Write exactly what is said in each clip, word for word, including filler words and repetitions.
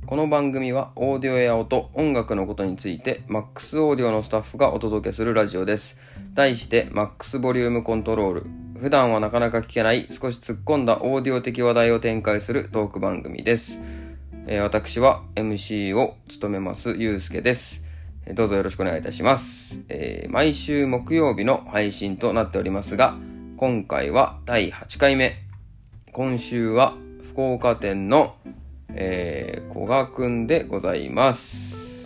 この番組はオーディオや音、音楽のことについて マックス オーディオのスタッフがお届けするラジオです。題して マックス ボリュームコントロール。普段はなかなか聞けない少し突っ込んだオーディオ的話題を展開するトーク番組です。えー、私は エムシー を務めますゆうすけです。どうぞよろしくお願いいたします。えー、毎週木曜日の配信となっておりますが、今回はだいはちかいめ。今週は福岡店のえー、古賀くんでございます、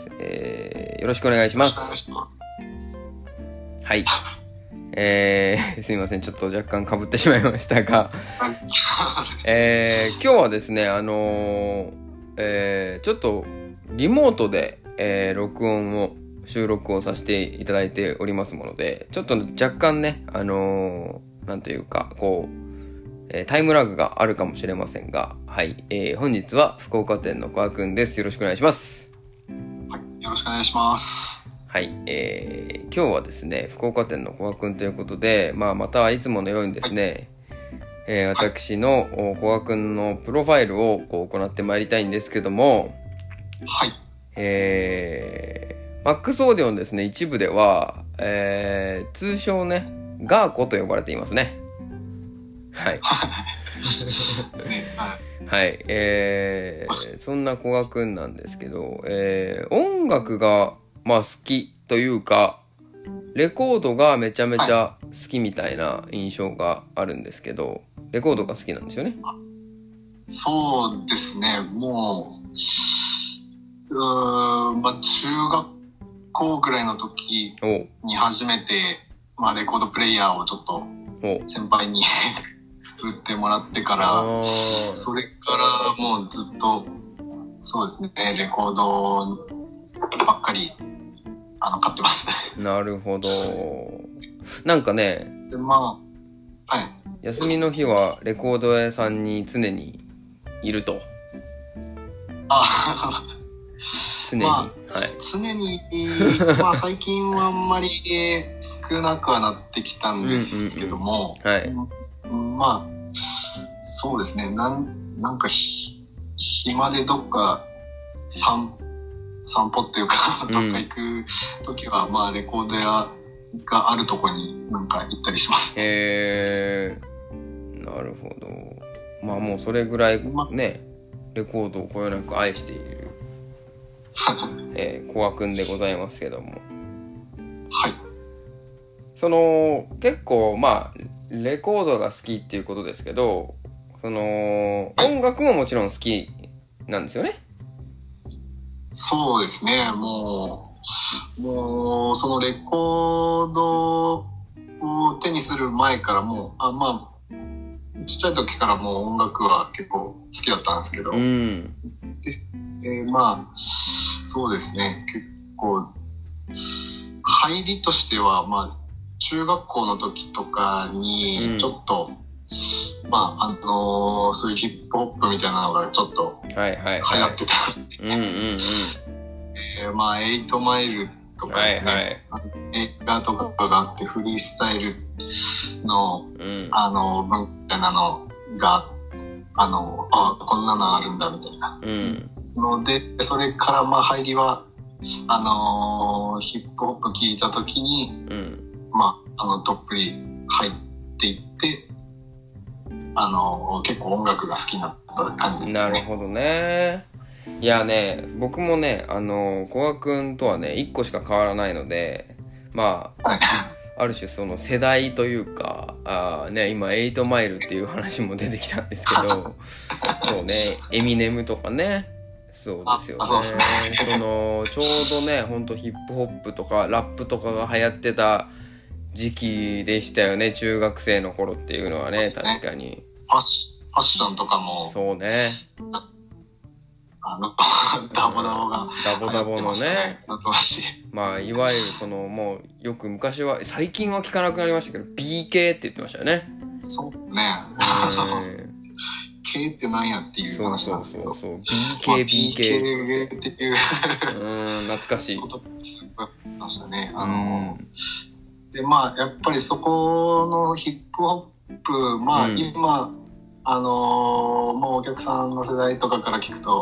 えー。よろしくお願いします。はい。えー、すいません。ちょっと若干被ってしまいましたが、えー、今日はですね、あのー、えー、ちょっとリモートで、えー、録音を、収録をさせていただいておりますもので、ちょっと若干ね、あのー、なんというか、こう、タイムラグがあるかもしれませんが、はい、えー、本日は福岡店の古賀くんです。よろしくお願いします。 はい、よろしくお願いします。 はい、えー、今日はですね、福岡店の古賀くんということで、まあまたいつものようにですね、はい、えー、私の古賀くんのプロファイルをこう行ってまいりたいんですけども、 はい、 えー、マックス オーディオのですね、一部では、えー、通称ね、ガーコと呼ばれていますね。はい。はい。えー、そんな古賀くんなんですけど、えー、音楽が、まあ好きというか、レコードがめちゃめちゃ好きみたいな印象があるんですけど、レコードが好きなんですよね。 そうですね。もう、うーん、まあ中学校ぐらいの時に初めて、まあレコードプレイヤーをちょっと先輩に売ってもらってから、それからもうずっとそうですね、レコードばっかりあの買ってますね。 なるほど。なんかね、 でまあはい、 休みの日はレコード屋さんに常にいると。 あ常に、 まあ、 はい、 常にまあ最近はあんまり少なくはなってきたんですけども、 うんうんうん、はい。 まあそうですね、なんなんかひ暇でどっか散散歩っていうかどっか行く時は、うん、まあレコード屋があるとこになんか行ったりします。 へえー、なるほど。まあもうそれぐらいね、レコードをこよなく愛している、えー、古賀くんでございますけども。はい。その結構まあレコードが好きっていうことですけど、その音楽ももちろん好きなんですよね。 そうですね。もうもうそのレコードを手にする前からもうあまあちっちゃい時からもう音楽は結構好きだったんですけど、うん、で、えー、まあそうですね。結構入りとしてはまあ中学校の時とかにちょっと、うん、まああのー、そういうヒップホップみたいなのがちょっと流行ってたんですね。えー、まあエイトマイルとかですね、はいはい、映画とかがあってフリースタイルの、うん、あの文化みたいなのがあのあこんなのあるんだみたいな、うん、のでそれからまあ入りはあのー、ヒップホップ聞いた時に、うんまあ、あのどっぷり入っていってあの結構音楽が好きになった感じですね。 なるほどね。いやね、僕もね、あの古賀くんとはねいっこしか変わらないので、まあ、はい、ある種その世代というか、あね今エイトマイルっていう話も出てきたんですけど、そうねエミネムとかね。そうですよね。 そうですね。 そのちょうどね、本当ヒップホップとかラップとかが流行ってた時期でしたよね。中学生の頃っていうのはね、確かに。 ファッシファッションとかも。 そうね。 あのダボダボが、 ダボダボのね。まあいわゆるそのもうよく昔は最近は聞かなくなりましたけど ビーケー って言ってましたよね。 そうですね。K ってなんやっていう話なんですけど。そうそうそう。ビーケー、ビーケー。 ビーケー っていう。 うん、懐かしい。 ことすごいましたね。あの、で、まあ、やっぱりそこのヒップホップ、まあ、うん、今、あのー、もうお客さんの世代とかから聞くと、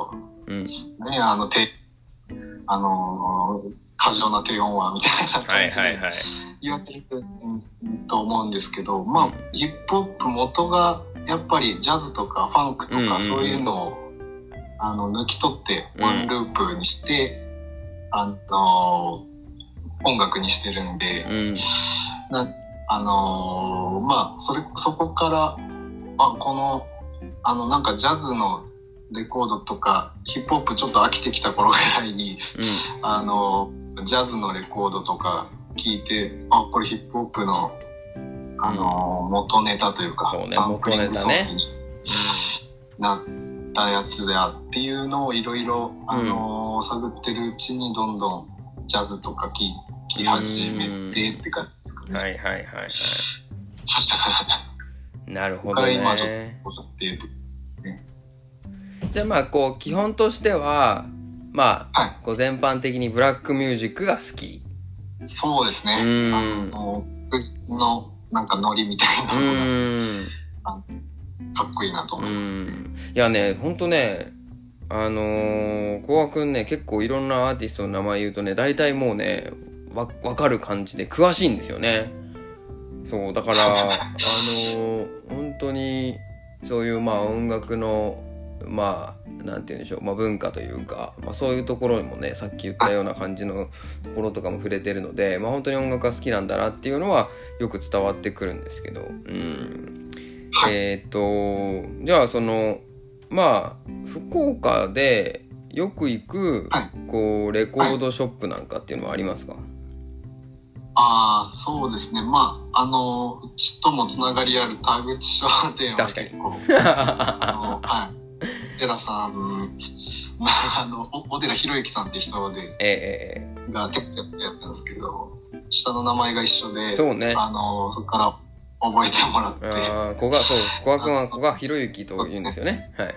うん、ね、 あの、て、あのー、過剰な低音はみたいな感じで言われてると思うんですけど、まあ、ヒップホップ元がやっぱりジャズとかファンクとかそういうのを、うんうんうん、あの抜き取ってワンループにして、うん、あのー、音楽にしてるんで、うん、なあのー、まあそれそこからあこのあのなんかジャズのレコードとかヒップホップちょっと飽きてきた頃ぐらいに、うん、あのジャズのレコードとか聞いて、あこれヒップホップのあの、うん、元ネタというか、 そうね、 サンプリングソースになったやつだっていうのをいろいろあの、うん、探ってるうちにどんどんジャズとか聴き始めてって感じですかね。 はいはいはいはい。なるほどね。そこから今ちょっとっていうところですね。 じゃあまあこう基本としてはまあ、はい、こう全般的にブラックミュージックが好き。 そうですね。うんあののなんかノリみたいなのがうんかっこいいなと思いますね。 いやね、ほんとね、あのー、コアくんね、結構いろんなアーティストの名前言うとね、大体もうね、わ、わかる感じで詳しいんですよね。そう、だから、あのー、本当に、そういうまあ音楽の、まあ、なんて言うんでしょう、まあ文化というか、まあそういうところにもね、さっき言ったような感じのところとかも触れてるので、まあ本当に音楽が好きなんだなっていうのはよく伝わってくるんですけど、うん。えっと、じゃあその、まあ、福岡でよく行く、こう、レコードショップなんかっていうのはありますか？ ああ、そうですね。まあ、あの、うちともつながりある田口商店は結構、あの、はい。小寺さん、まあ、あの、小寺博之さんって人で、 えー、が手伝ってやったんですけど、下の名前が一緒で、 そうね。 あの、そこから覚えてもらって。 ああ、古賀、そう、古賀くんは古賀博之と言うんですよね。はいはい。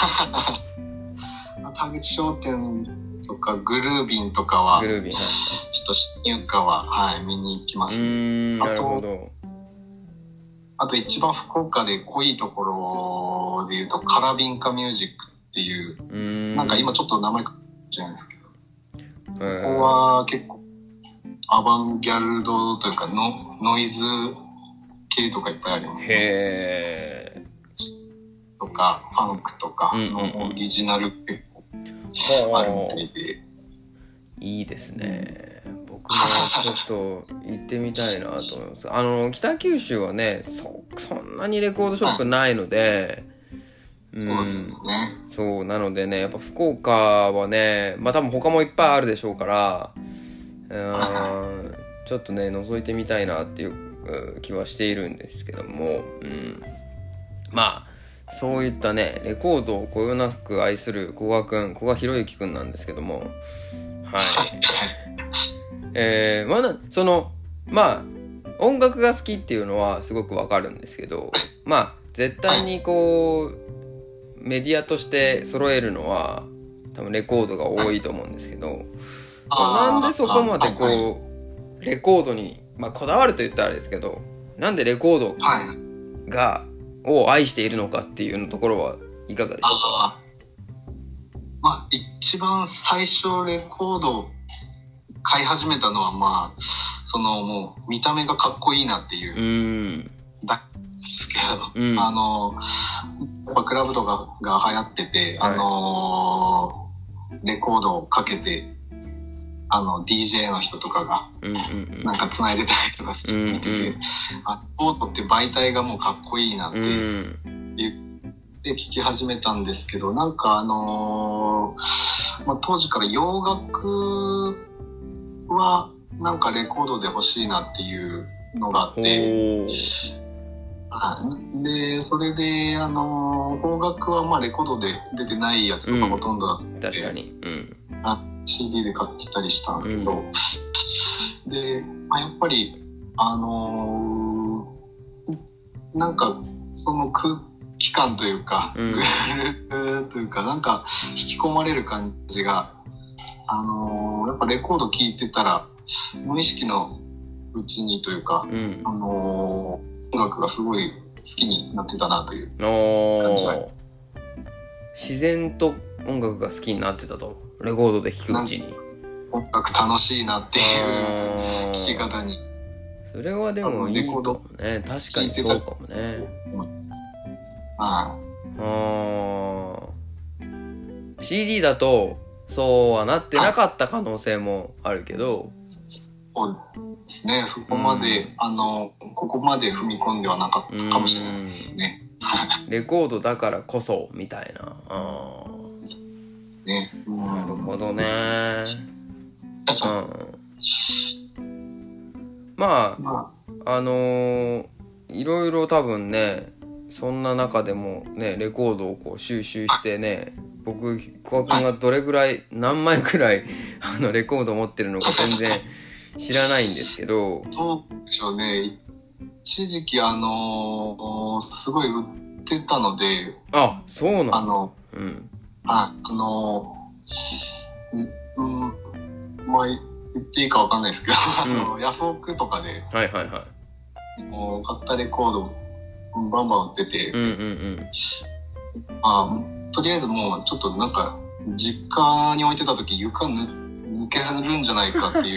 田口商店とかグルービンとかは、 グルービン、はい、 ちょっと新入荷は、はい、見に行きますね。 うーん、なるほど。 あと一番福岡で濃いところで言うとカラビンカミュージックっていう、うーんなんか今ちょっと名前じゃないですけど、そこは結構アバンギャルドというか ノ, ノイズ系とかいっぱいありますね。 へーとかファンクとかのオリジナル結構あるみたいで、 いいですね。僕もちょっと行ってみたいなと思います。あの北九州はね そ, そんなにレコードショップないので、 うん、そうですね。 そうなのでね、やっぱ福岡はね、まあ多分他もいっぱいあるでしょうから、うーんちょっとね覗いてみたいなっていう気はしているんですけども、うん、まあそういったねレコードをこよなく愛する古賀くん、古賀博之くんなんですけども、はい。えー、まだそのまあ音楽が好きっていうのはすごくわかるんですけど、まあ絶対にこうメディアとして揃えるのは多分レコードが多いと思うんですけど、まあ、なんでそこまでこうレコードにまあこだわると言ったらあれですけど、なんでレコードがを愛しているのかっていうのところはいかがでしょうか？ あまあ一番最初レコード買い始めたのはまあそのもう見た目がかっこいいなっていううんだけですけど、 うん、 あのやっぱクラブとかが流行ってて、はい、あのレコードをかけてあの ディージェー の人とかがなんか繋いでたりとかしてて、うんうん、あレコードって媒体がもうかっこいいなって言って聞き始めたんですけど、なんかあのーまあ、当時から洋楽はなんかレコードで欲しいなっていうのがあって、でそれであの邦楽はまあレコードで出てないやつとかほとんどだったので、うん、 確かに、うん、 シーディー で買ってたりしたんですけど、うん、で、まあ、やっぱりあのー、なんかその空気感というか、うん、グループというかなんか引き込まれる感じが、あのー、やっぱレコード聴いてたら無意識のうちにというか、うん、あのー、音楽がすごい好きになってたなという感じが、 自然と音楽が好きになってたと。レコードで聴くうちに。 音楽楽しいなっていう聴き方に。 それはでもいいかもね。確かにそうかもね。 ああ。シーディー だと、そうはなってなかった可能性もあるけど。 そうですね。そこまで、うん、あの、ここまで踏み込んではなかったかもしれないですね。 レコードだからこそ、みたいな。あそうですね。うん、 なるほどね。うん、まあ、まあ、あのー、いろいろ多分ね、そんな中でもね、レコードをこう収集してね、僕、小川君がどれぐらい、何枚くらい、あの、レコードを持ってるのか全然知らないんですけど。 どうでしょうね。一時期、あのー、すごい売ってたので。 あ、そうなの？ あの、 うん。 あ、あのー、うん、まあ、言っていいかわかんないですけど、うん、あの、ヤフオクとかで、 はいはいはい。 もう買ったレコード、バンバン売ってて、 うんうんうん。 まあ、とりあえずもうちょっとなんか実家に置いてた時床ぬ抜けるんじゃないかっていう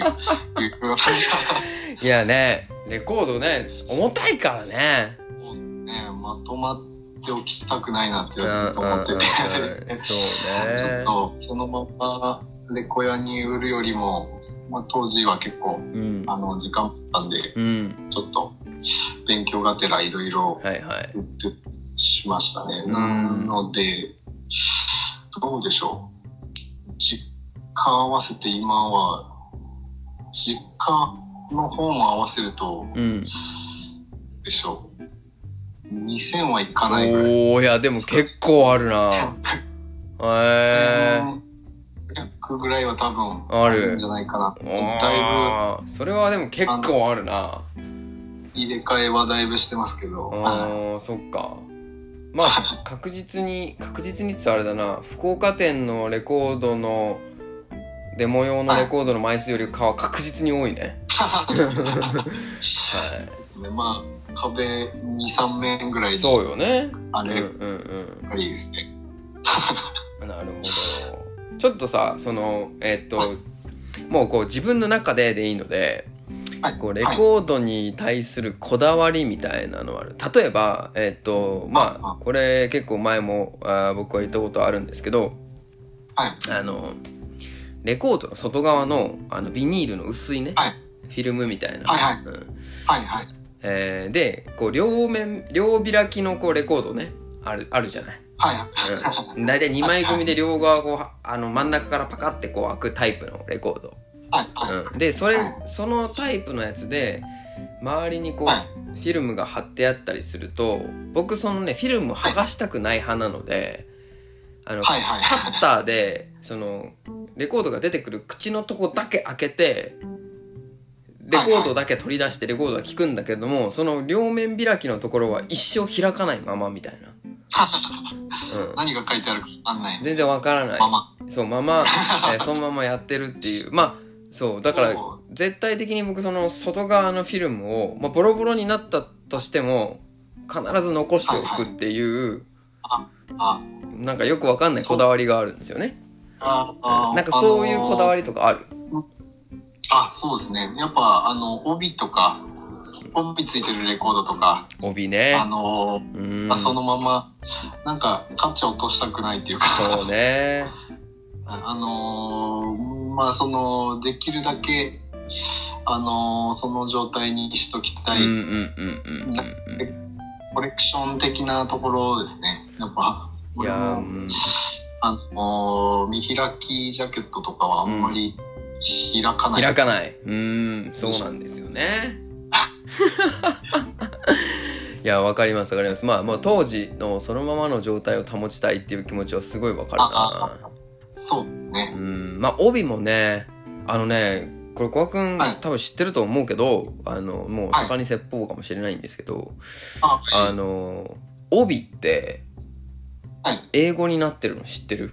いやね、レコードね重たいからね。 そうですね、まとまっておきたくないなってずっと思っててそうねちょっとそのままレコヤに売るよりも、まあ、当時は結構、うん、あの時間あったんで、うん、ちょっと勉強がてらいろいろ売ってしましたね、はいはい、なのでどうでしょう、実家合わせて今は実家の方も合わせると、うん、でしょうにせんはいかないぐらい。 おー、いやでも結構あるなへー、ひゃくぐらいは多分あるんじゃないかな。だいぶそれはでも結構あるな。 入れ替えはだいぶしてますけど。 ああ、そっか。まあ確実に確実にってあれだな、福岡店のレコードのデモ用のレコードの枚数よりかは確実に多いね。はい。 そうですね。まあ壁に、さんめんぐらいに。 そうよね。 あれ、 うんうんうん。 いいですね。 なるほど。ちょっとさ、そのえー、っともうこう自分の中ででいいので。こうレコードに対するこだわりみたいなのはある。例えば、えっと、まあ、これ結構前もあ僕は言ったことあるんですけど、 はい、 あの、レコードの外側のあのビニールの薄いね、はい、フィルムみたいな。 はいはい。うん、はいはい。 えー、で、こう両面、両開きのこうレコードね、ある、あるじゃない。 はいはい。 うん、だいたいにまい組で両側こう、あの真ん中からパカってこう開くタイプのレコード。うん、でそれそのタイプのやつで周りにこうフィルムが貼ってあったりすると、僕そのねフィルムを剥がしたくない派なので、あのカッターでそのレコードが出てくる口のとこだけ開けてレコードだけ取り出してレコードが効くんだけども、その両面開きのところは一生開かないままみたいな。 うん、何が書いてあるか分かんない。 全然分からない。 ままそうまま、えー、そのままやってるっていう。まあそうだから絶対的に僕その外側のフィルムを、まあ、ボロボロになったとしても必ず残しておくっていう、 はいはい、 なんかよくわかんないこだわりがあるんですよね。 ああなんかそういうこだわりとかある？ あ、そうですね。やっぱあの帯とか帯ついてるレコードとか帯ね、 あのー、そのままなんか価値を落としたくないっていうかそうねあのーまあそのできるだけあのー、その状態にしときたいコレクション的なところですね。やっぱいやー、うん、 あのー、見開きジャケットとかはあんまり開かない、 うん、開かない。うーん、そうなんですよね。いや、わかりますわかります。まあ、まあ、当時のそのままの状態を保ちたいっていう気持ちはすごいわかるな。 そうですね。 うん、まあ帯もね、あのね、これ小川くん、はい、多分知ってると思うけど、あのもう坂に説法かもしれないんですけど、 はい、 あの帯って英語になってるの知ってる？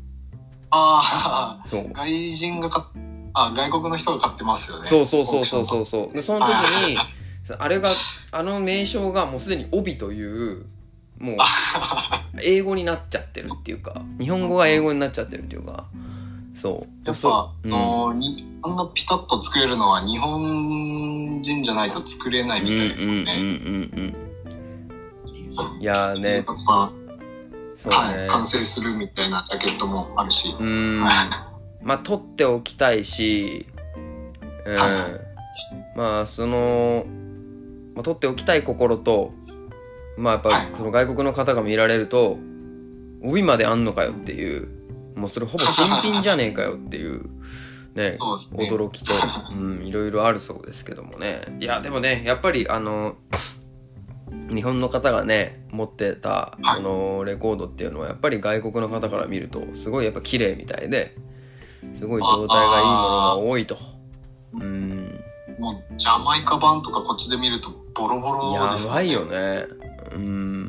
ああ、外人がかあ外国の人が買ってますよね。 そうそうそうそうそうそう。でその時にあれがあの名称がもうすでに帯というもう英語になっちゃってるっていうか、日本語が英語になっちゃってるっていうか、そうやっぱ、うん、あのにあんなピタッと作れるのは日本人じゃないと作れないみたいですよね。うんうんうんうん、いやーね、やっぱそうね、はい、完成するみたいなジャケットもあるし、 うん、まあ撮っておきたいし、うん、はい、まあその、まあ、撮っておきたい心と、まあやっぱその外国の方が見られると、帯まであんのかよっていう、もうそれほぼ新品じゃねえかよっていうね、そうですね、驚きと、うん、いろいろあるそうですけどもね。いやでもね、やっぱりあの日本の方がね持ってたこのレコードっていうのはやっぱり外国の方から見るとすごいやっぱ綺麗みたいで、すごい状態がいいものが多いと。うん。 もうジャマイカ版とかこっちで見るとボロボロですね。 やばいよね。うん。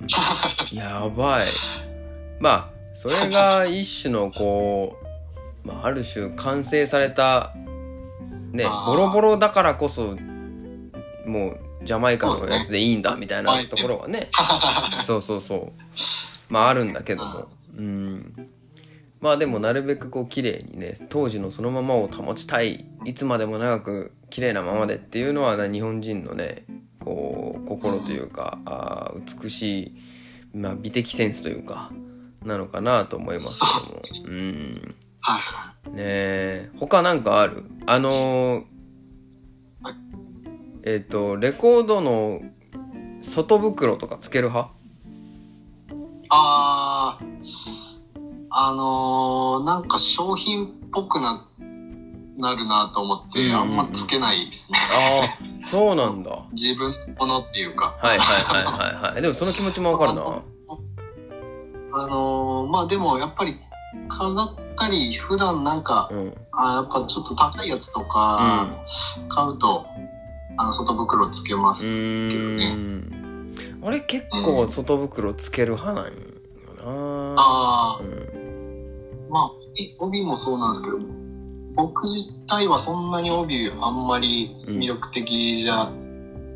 やばい。まあそれが一種のこう、まあ、ある種完成されたね、ボロボロだからこそもうジャマイカのやつでいいんだみたいなところはね、そうそうそう、まああるんだけども、うん、まあでもなるべくこう綺麗にね、当時のそのままを保ちたい、いつまでも長く綺麗なままでっていうのは、ね、日本人のねこう心というか、あ美しい、まあ、美的センスというかなのかなと思いますけども、うん、ねえ、他なんかある？あのー、えっとレコードの外袋とかつける派？ あー、あのー、なんか商品っぽくななるなと思って、うんうんうん、あんまつけないですね。 ああ、そうなんだ。 自分のものっていうか。 はいはいはいはいはい。でもその気持ちもわかるな。 あのー、まあでもやっぱり飾ったり普段なんか、うん、あやっぱちょっと高いやつとか買うと、うん、あの外袋つけますけどね。 あれ結構外袋つける派なんよな。うん、 ああ、うん、まあ帯もそうなんですけど、僕自体はそんなに帯あんまり魅力的じゃ、うん、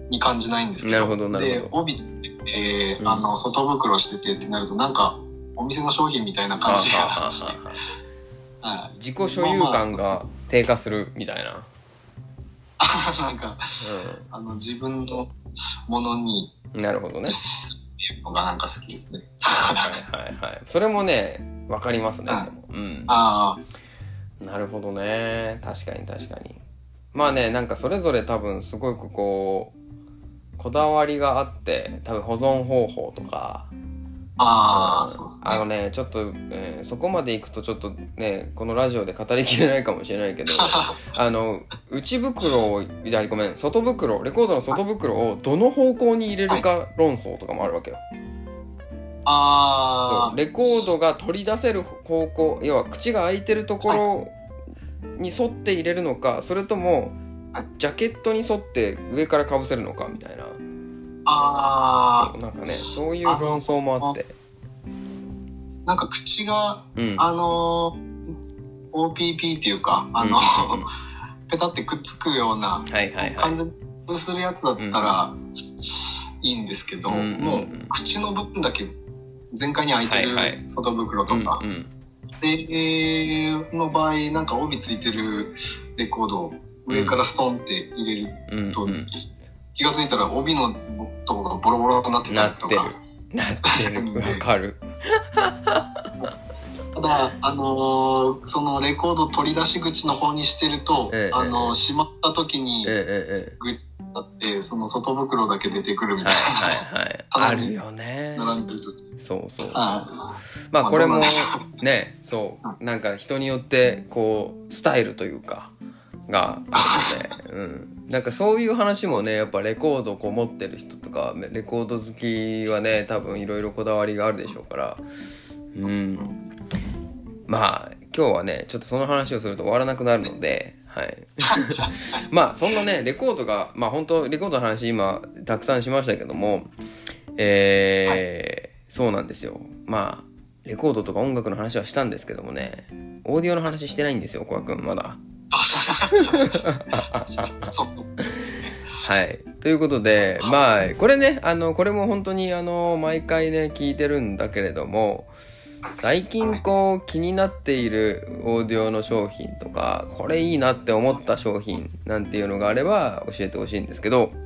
に感じないんですけど。 なるほどなるほど。 で帯つけて、うん、あの外袋しててってなるとなんかお店の商品みたいな感じがして、 はい、自己所有感が低下するみたいな。 なんか、うん、あの自分のものになるほどね。 っていうのがなんか好きですね。 はいはいはい。それもねわかりますね。 はい、 うん。 ああ。なるほどね。確かに確かに。まあね、なんかそれぞれ多分すごくこうこだわりがあって、多分保存方法とか。 ああ、そうですね。 あのね、ちょっと、えー、そこまで行くとちょっとね、このラジオで語りきれないかもしれないけど、あの、内袋を、じゃあごめん、外袋、レコードの外袋をどの方向に入れるか論争とかもあるわけよ。 ああ。 そう、レコードが取り出せる方向、要は口が開いてるところに沿って入れるのか、それとも、ジャケットに沿って上から被せるのかみたいな。 ああ、 なんかね、そういう論争もあって、 なんか口が、うん、あの オーピーピー っていうかあの、うんうんうん、ペタってくっつくような、はいはいはい、完全にするやつだったら、うん、いいんですけど、うんうんうん、もう口の部分だけ全開に開いてる外袋とか、はいはい、うんうん、での場合なんか帯ついてるレコードを上からストンって入れると、うんうんうん、気がついたら帯のとこがボロボロになってたりとかなってるなってるわかるただあのー、そのレコード取り出し口の方にしてると、ええ、あのー、しまった時にグッズだってその外袋だけ出てくるみたいな、 はいはいはい、あるよね。 並んでる時そうそう、あまあこれもね、そうなんか人によってこうスタイルというかがあるので、うん、なんかそういう話もね、やっぱレコードをこう持ってる人とかレコード好きはね、多分いろいろこだわりがあるでしょうから、うん、まあ今日はねちょっとその話をすると終わらなくなるので、はいまあそんなねレコードが、まあ本当レコードの話今たくさんしましたけども、えーはい、そうなんですよ。まあレコードとか音楽の話はしたんですけどもね、オーディオの話してないんですよ、小川くんまだ。 はい。ということで、まあ、これね、あの、これも本当にあの、毎回ね、聞いてるんだけれども、最近こう気になっているオーディオの商品とか、これいいなって思った商品なんていうのがあれば教えてほしいんですけど。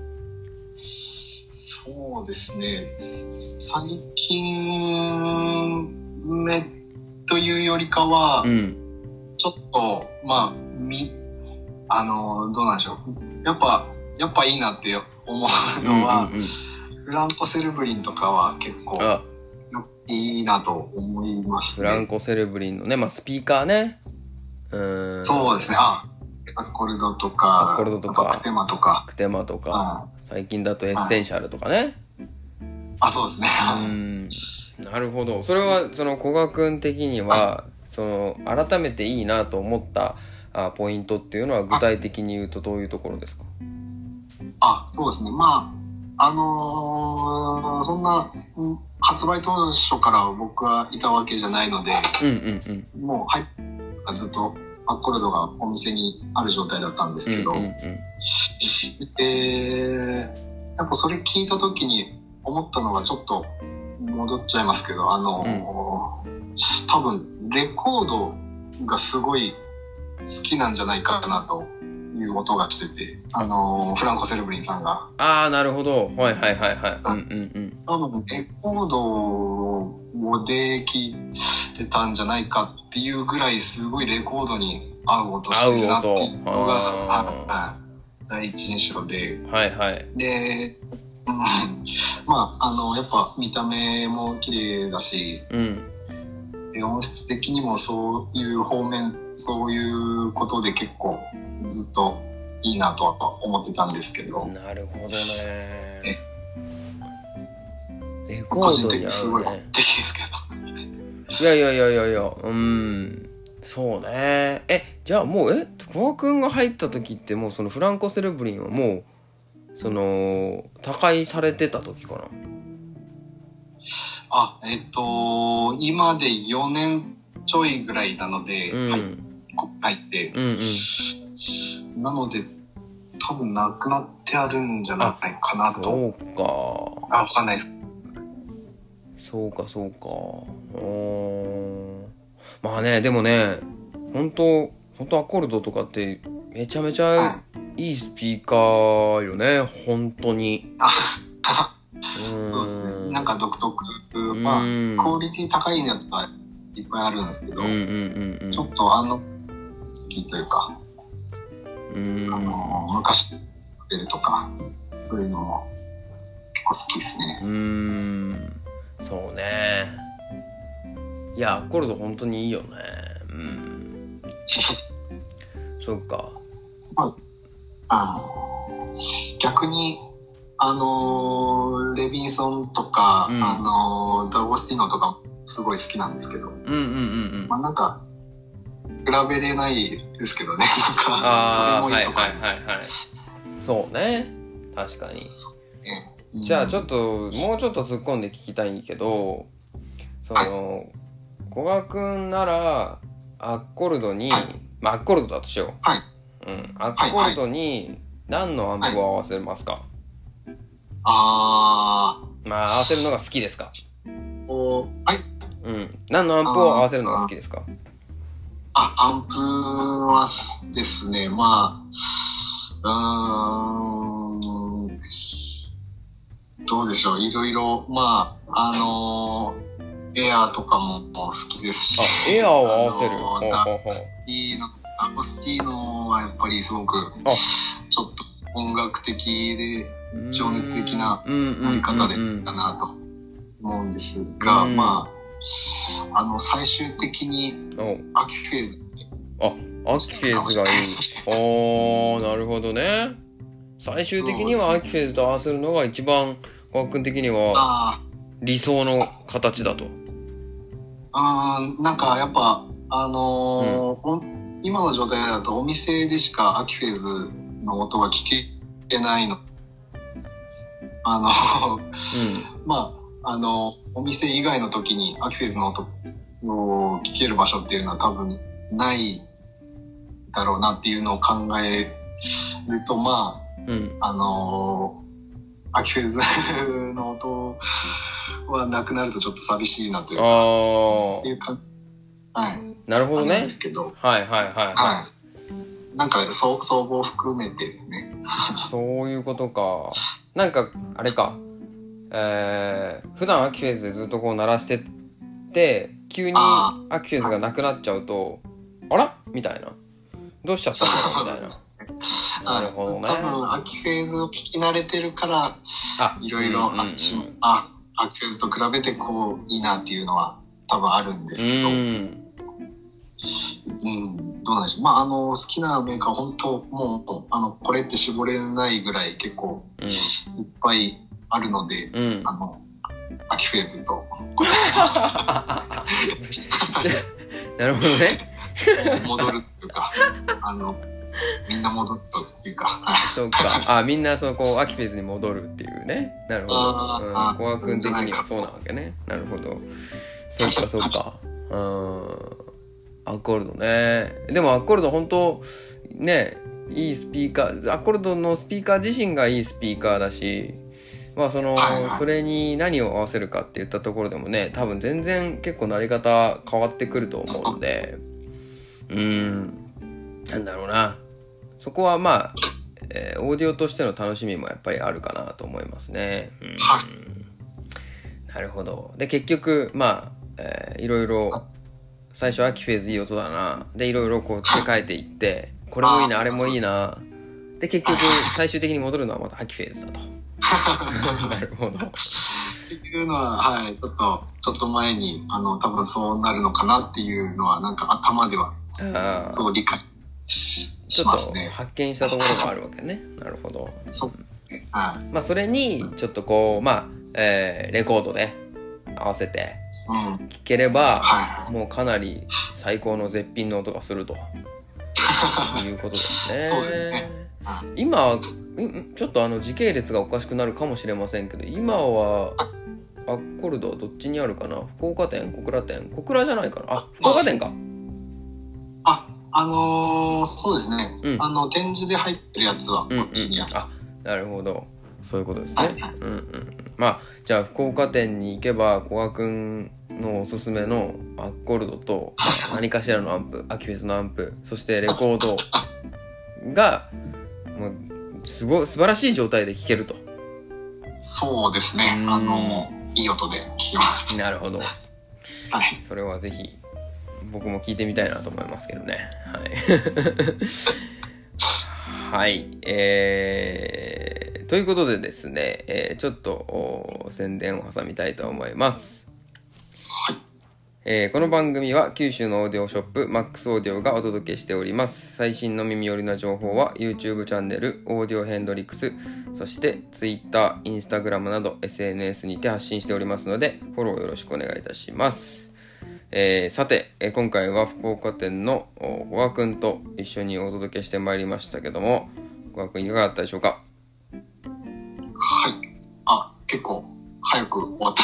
そうですね。最近目というよりかは、うん、ちょっと、まあ、み、あの、どうなんでしょう。やっぱ、やっぱいいなって思うのは、うんうんうん、フランコ・セルブリンとかは結構、あいいなと思いますね。 フランコ・セルブリンのね、まあスピーカーね。 うーん。そうですね。あ、アコルドとか、 アコルドとか、 クテマとか。 クテマとか、うん、最近だとエッセンシャルとかね。 あ、そうですね。 うん。なるほど。それは、その、古賀くん的には、その、改めていいなと思ったあポイントっていうのは具体的に言うとどういうところですか？ あ、そうですね。まあ、あのー、そんな、発売当初から僕はいたわけじゃないので、うんうんうん、もう入ってずっとアコルドがお店にある状態だったんですけど、うんうんうん、で、やっぱそれ聞いた時に思ったのがちょっと戻っちゃいますけど、あのーうん、多分レコードがすごい好きなんじゃないかなという音がしてて、あのー、フランコ・セルブリンさんが。 ああ、なるほど。はいはいはいはい。うんうんうん。 多分レコードで聴いてたんじゃないかっていうぐらいすごいレコードに合う音してるなっていうのが第一印象で。 はいはい。 で、うん、まあ、あの、やっぱ見た目も綺麗だし、うん、音質的にもそういう方面、そういうことで結構ずっといいなとは思ってたんですけど。 なるほどね。レコードに合うね。 個人的にすごい的ですけど。いやいやいやいやいや、うん。そうね。え、じゃあもう、え、古賀くんが入った時ってもうそのフランコ・セルブリンはもう、その、他界されてた時かな？ あ、えっと、今でよねんちょいぐらいなので、うん、入って、うんうん、なので多分なくなってあるんじゃないかなと。 そうか。 あ、わかんないです。 そうかそうか。おまあね、でもね、本当本当アコルドとかってめちゃめちゃいいスピーカーよね、本当に。 そうですね。なんか独特、まあクオリティ高いやつはいっぱいあるんですけど、うんうんうんうん、ちょっとあの好きというか、うんあの昔出るとかそういうのも結構好きですね。 うーん、そうね。いやアコルド本当にいいよね。うん。そうか。 まあ、あの逆にあのレビンソンとか、うん、あのダゴスティーノとかすごい好きなんですけど、うんうんうんうん、まあなんか比べれないですけどね、なんかとてもいいとか、はいはいはいはい、 そうね、確かに。ね、うん、じゃあちょっともうちょっと突っ込んで聞きたいけど、その古賀くんならアッコルドに、はい、まあアッコルドだとしよう。はい。うん。アッコルドに何のアンプを合わせますか？はいはい、 あー。まあ合わせるのが好きですか？ おはい。 うん。何のアンプを合わせるのが好きですか？ あ、アンプはですね、まあ、うーん、どうでしょう、いろいろ、まあ、あのー、エアーとかも好きですし。 あ、エアーを合わせる。 ダゴスティーノ、ダゴスティーノはやっぱりすごく、ちょっと音楽的で情熱的なやり方ですかなと思うんですが、まあ、あの最終的にアキフェーズ、 あ、アキフェーズがいい。おー、なるほどね。最終的にはアキフェーズと合わせるのが一番古賀君的には理想の形だと。 あー、なんかやっぱあのーうん、今の状態だとお店でしかアキフェーズの音が聞けないの。あの、うん、まああのお店以外の時にアキフェーズの音を聞ける場所っていうのは多分ないだろうなっていうのを考えると、まあうん、あのー、アキフェーズの音はなくなるとちょっと寂しいなというか、あっていうか、はい。 なるほどね。 なんですけど、 はいはいはい、はい。 はい。なんか総総合含めてですね。 そういうことか。なんかあれか。えー、普段アキフェーズでずっとこう鳴らしてって急にアキフェーズがなくなっちゃうと あ, あらみたいな、どうしちゃったんだろうみたいな。なるほどね。 多分アキフェーズを聞き慣れてるからいろいろあっちも、うんうんうん、あアキフェーズと比べてこういいなっていうのは多分あるんですけど、うん、うん、どうなんでしょう。まああの好きなメーカー本当もうあのこれって絞れないぐらい結構いっぱいあるので、うん、あのアキフェーズと答えます。 なるほどね。 戻るっていうか、あのみんな戻ったっていうか。 そうか。あ、みんなそのこうアキフェーズに戻るっていうね。なるほど。あ、小川君的にはそうなわけね。なるほど。そうかそうか。うん。アコルドね。でもアコルド本当ね、いいスピーカー。アコルドのスピーカー自身がいいスピーカーだし。まあその、はいはい、それに何を合わせるかっていったところでもね、多分全然結構鳴り方変わってくると思うので、うーん、なんだろうな。そこはまあ、えー、オーディオとしての楽しみもやっぱりあるかなと思いますね。うん、 はい。 なるほど。で、結局、まあ、えー、いろいろ、最初アキフェーズいい音だな。で、いろいろこう付け替えていって、これもいいな、あれもいいな。で、結局、最終的に戻るのはまたアキフェーズだと。なるほど。 っていうのは、はい、ちょっと、ちょっと前に、あの、多分そうなるのかなっていうのは、なんか頭では、そう理解しますね。 ちょっと発見したところがあるわけね。なるほど。 そうですね。はい。 まあ、それに、ちょっとこう、まあ、えー、レコードで合わせて、聴ければ、うんはい、もうかなり最高の絶品の音がするということですね。 そうですね。 今、ちょっとあの時系列がおかしくなるかもしれませんけど、今はアッコルドはどっちにあるかな。福岡店、小倉店、小倉じゃないかな。あ、福岡店か。 あ、あのー、そうですね、うん、あの展示で入ってるやつはこっちにある、うんうん、 あ、なるほど、そういうことですね、 はいはい、 うんうん、まあじゃあ福岡店に行けば古賀くんのおすすめのアッコルドと何かしらのアンプ、アキフェスのアンプ、そしてレコードがもうすごい素晴らしい状態で聴けると。 そうですね、あのいい音で聴きます。 なるほど、 はい、 それはぜひ僕も聞いてみたいなと思いますけどね。はい。はい。えー、ということでですね、えー、ちょっと宣伝を挟みたいと思います。 はい。 えー、この番組は九州のオーディオショップマックスオーディオがお届けしております。最新の耳寄りな情報は YouTube チャンネルオーディオヘンドリックス、そして Twitter、Instagram など エスエヌエス にて発信しておりますので、フォローよろしくお願いいたします。えー、さて、えー、今回は福岡店の小川くんと一緒にお届けしてまいりましたけども、小川くんいかがだったでしょうか？ はい。あ、結構早く終わった。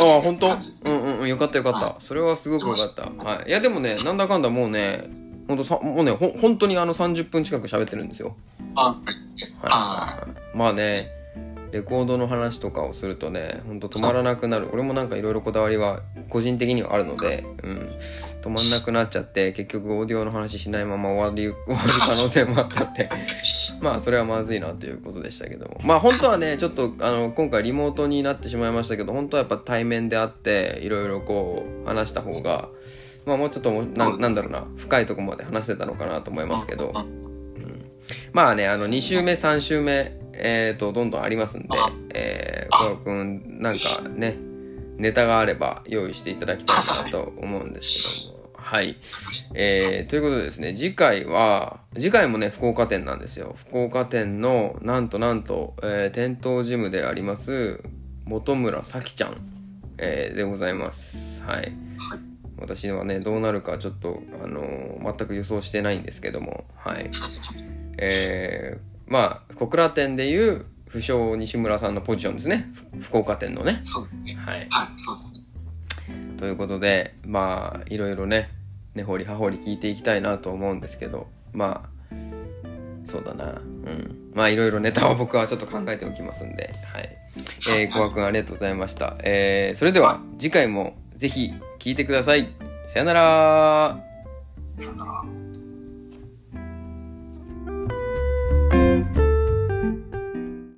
ああ、本当？うんうん、よかったよかった、はい。それはすごくよかった。はい。いやでもね、なんだかんだもうね、ほんとさ、もうね、ほ本当にあのさんじゅっぷん近く喋ってるんですよ。 あ、はいですね。 はい。まあね、レコードの話とかをするとね、ほんと止まらなくなる。俺もなんかいろいろこだわりは個人的にはあるので、うん、止まんなくなっちゃって、結局オーディオの話しないまま終わり、終わる可能性もあったって、まあそれはまずいなということでしたけども。まあ本当はね、ちょっとあの、今回リモートになってしまいましたけど、本当はやっぱ対面であって、いろいろこう話した方が、まあもうちょっともな、なんだろうな、深いところまで話せたのかなと思いますけど、うん、まあね、あのに週目、さん週目、えーと、どんどんありますんで、えー、小川くん、なんかね、ネタがあれば用意していただきたいなと思うんですけども、はい。えー、ということでですね、次回は、次回もね、福岡店なんですよ。福岡店の、なんとなんと、えー、店頭ジムであります、本村咲ちゃん、えー、でございます。はい。私はね、どうなるかちょっと、あのー、全く予想してないんですけども、はい。えー、まあ、小倉店でいう不詳西村さんのポジションですね。福岡店のね。 そうですね。 はい。 はい、そうですね。ということで、まあ、いろいろね、根掘り葉掘り聞いていきたいなと思うんですけど、まあ、そうだな。ううん。まあいろいろネタは僕はちょっと考えておきますんで、はい。えー、コア君ありがとうございました。えー、それでは次回もぜひ聞いてください。さよなら。 さよなら。